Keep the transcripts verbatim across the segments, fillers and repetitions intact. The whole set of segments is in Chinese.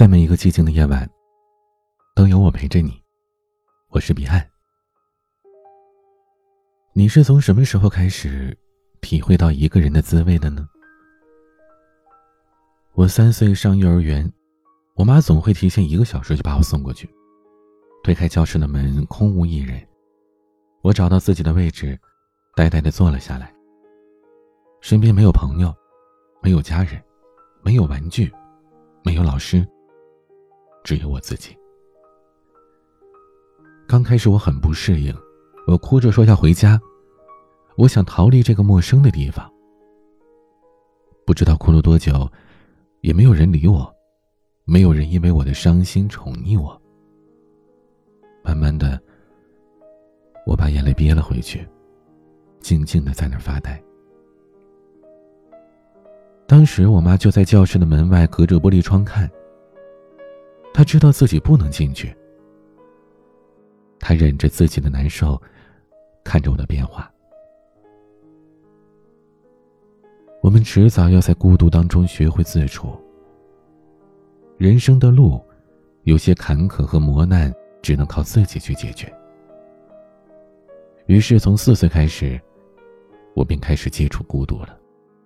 在每一个寂静的夜晚，都有我陪着你。我是彼岸。你是从什么时候开始体会到一个人的滋味的呢？我三岁上幼儿园，我妈总会提前一个小时就把我送过去。推开教室的门，空无一人。我找到自己的位置，呆呆地坐了下来。身边没有朋友，没有家人，没有玩具，没有老师，只有我自己。刚开始我很不适应，我哭着说要回家，我想逃离这个陌生的地方。不知道哭了多久，也没有人理我，没有人因为我的伤心宠溺我。慢慢的，我把眼泪憋了回去，静静地在那儿发呆。当时我妈就在教室的门外隔着玻璃窗看，她知道自己不能进去，她忍着自己的难受，看着我的变化。我们迟早要在孤独当中学会自处。人生的路，有些坎坷和磨难，只能靠自己去解决。于是从四岁开始，我便开始接触孤独了。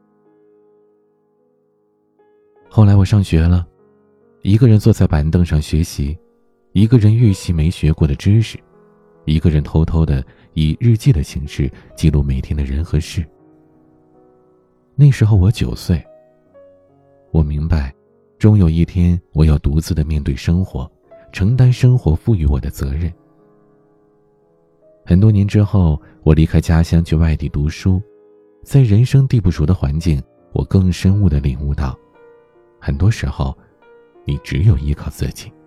后来我上学了，一个人坐在板凳上学习，一个人预习没学过的知识，一个人偷偷的以日记的形式记录每天的人和事。那时候我九岁，我明白，终有一天我要独自的面对生活，承担生活赋予我的责任。很多年之后，我离开家乡去外地读书，在人生地不熟的环境，我更深悟地领悟到，很多时候你只有依靠自己。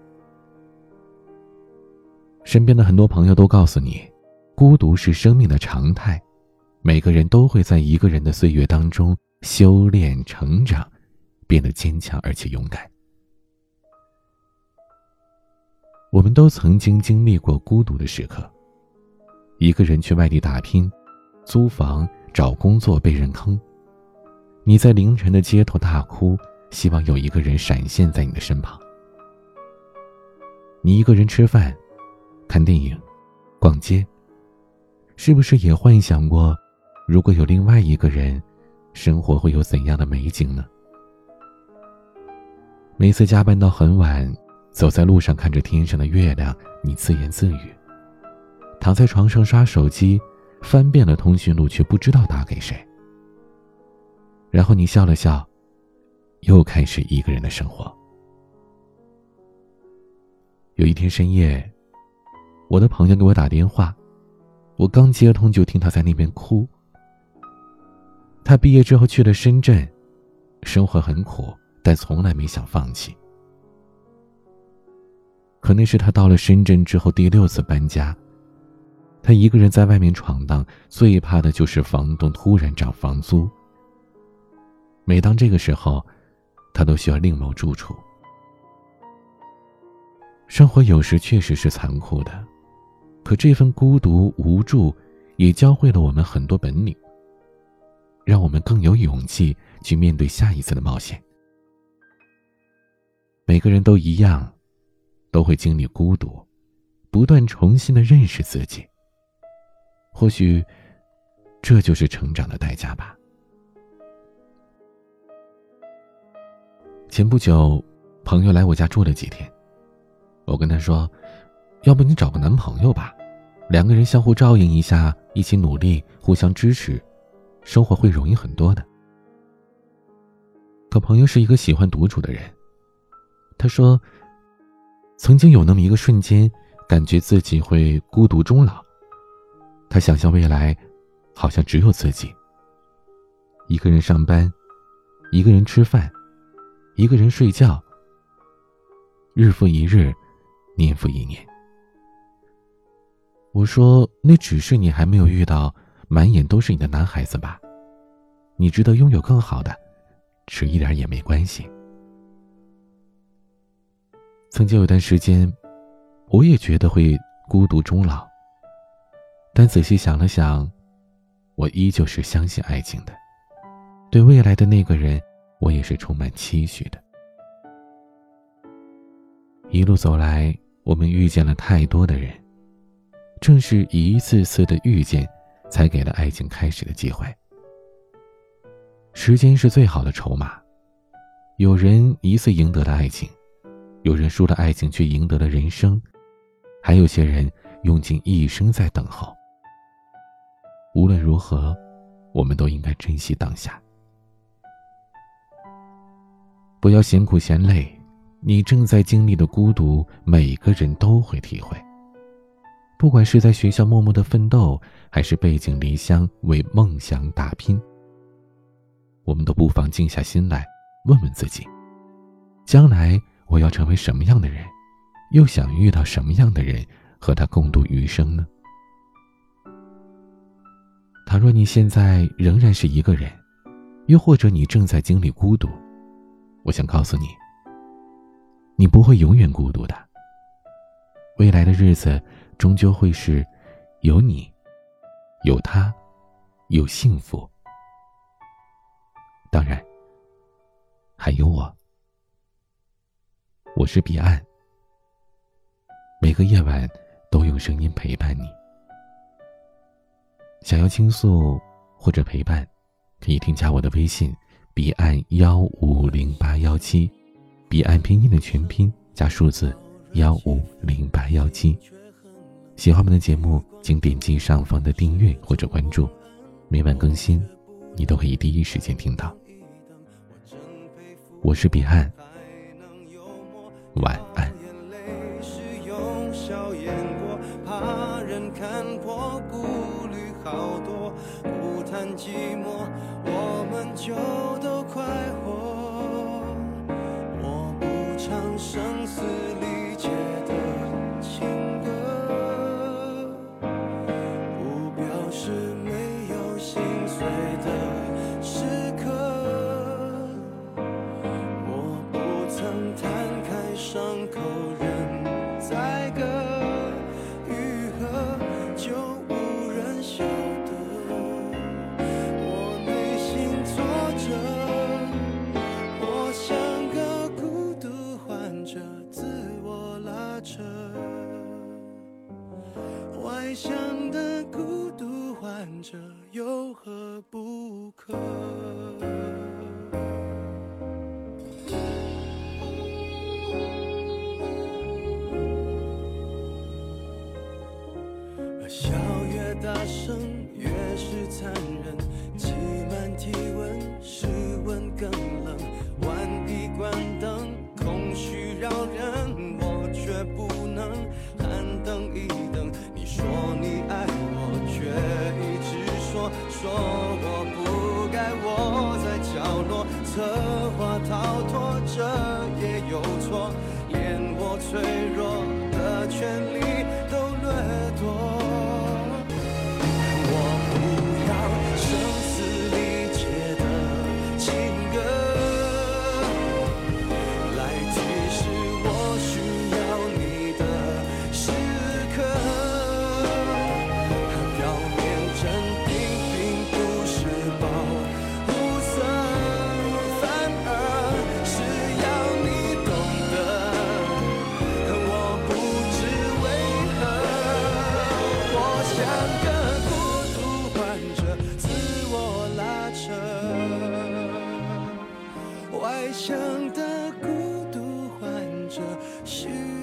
身边的很多朋友都告诉你，孤独是生命的常态，每个人都会在一个人的岁月当中修炼成长，变得坚强而且勇敢。我们都曾经经历过孤独的时刻，一个人去外地打拼，租房找工作被人坑，你在凌晨的街头大哭，希望有一个人闪现在你的身旁。你一个人吃饭、看电影、逛街，是不是也幻想过，如果有另外一个人，生活会有怎样的美景呢？每次加班到很晚，走在路上看着天上的月亮，你自言自语，躺在床上刷手机，翻遍了通讯录，却不知道打给谁。然后你笑了笑，又开始一个人的生活。有一天深夜，我的朋友给我打电话，我刚接通就听他在那边哭。他毕业之后去了深圳，生活很苦，但从来没想放弃。可那是他到了深圳之后第六次搬家，他一个人在外面闯荡，最怕的就是房东突然涨房租。每当这个时候，他都需要另谋住处。生活有时确实是残酷的，可这份孤独无助也教会了我们很多本领，让我们更有勇气去面对下一次的冒险。每个人都一样，都会经历孤独，不断重新的认识自己。或许这就是成长的代价吧。前不久，朋友来我家住了几天，我跟他说，要不你找个男朋友吧，两个人相互照应一下，一起努力，互相支持，生活会容易很多的。可朋友是一个喜欢独处的人，他说，曾经有那么一个瞬间，感觉自己会孤独终老。他想象未来，好像只有自己，一个人上班，一个人吃饭，一个人睡觉，日复一日，年复一年。我说，那只是你还没有遇到满眼都是你的男孩子吧，你值得拥有更好的，迟一点也没关系。曾经有段时间，我也觉得会孤独终老，但仔细想了想，我依旧是相信爱情的，对未来的那个人，我也是充满期许的。 一路走来，我们遇见了太多的人，正是一次次的遇见，才给了爱情开始的机会。时间是最好的筹码，有人一次赢得了爱情，有人输了爱情却赢得了人生，还有些人用尽一生在等候。无论如何，我们都应该珍惜当下。不要嫌苦嫌累，你正在经历的孤独，每个人都会体会。不管是在学校默默的奋斗，还是背井离乡为梦想打拼，我们都不妨静下心来，问问自己，将来我要成为什么样的人，又想遇到什么样的人和他共度余生呢？倘若你现在仍然是一个人，又或者你正在经历孤独，我想告诉你，你不会永远孤独的。未来的日子终究会是有你，有他，有幸福，当然还有我。我是彼岸，每个夜晚都用声音陪伴你。想要倾诉或者陪伴，可以添加我的微信彼岸幺五零八幺七，彼岸拼音的全拼加数字幺五零八幺七。喜欢我们的节目，请点击上方的订阅或者关注，每晚更新，你都可以第一时间听到。我是彼岸，晚安。 怕人看破，顾虑好多，不谈寂寞，我们就都快活。我不唱声嘶力竭的情歌，不表示没有心碎的时刻。我不曾摊开伤口任宰割，就无人晓得，我内心挫折，我像个孤独患者，自我拉扯，幻想的孤独患者有何不可？笑越大声越是残忍，挤满体温，室温更冷，顽皮关灯，空虚扰人，我却不能喊等一等。你说你爱我，却一直说说我不该窝在角落，策划逃脱，这也有错，连我脆弱的权利都掠夺。外向的孤独患者。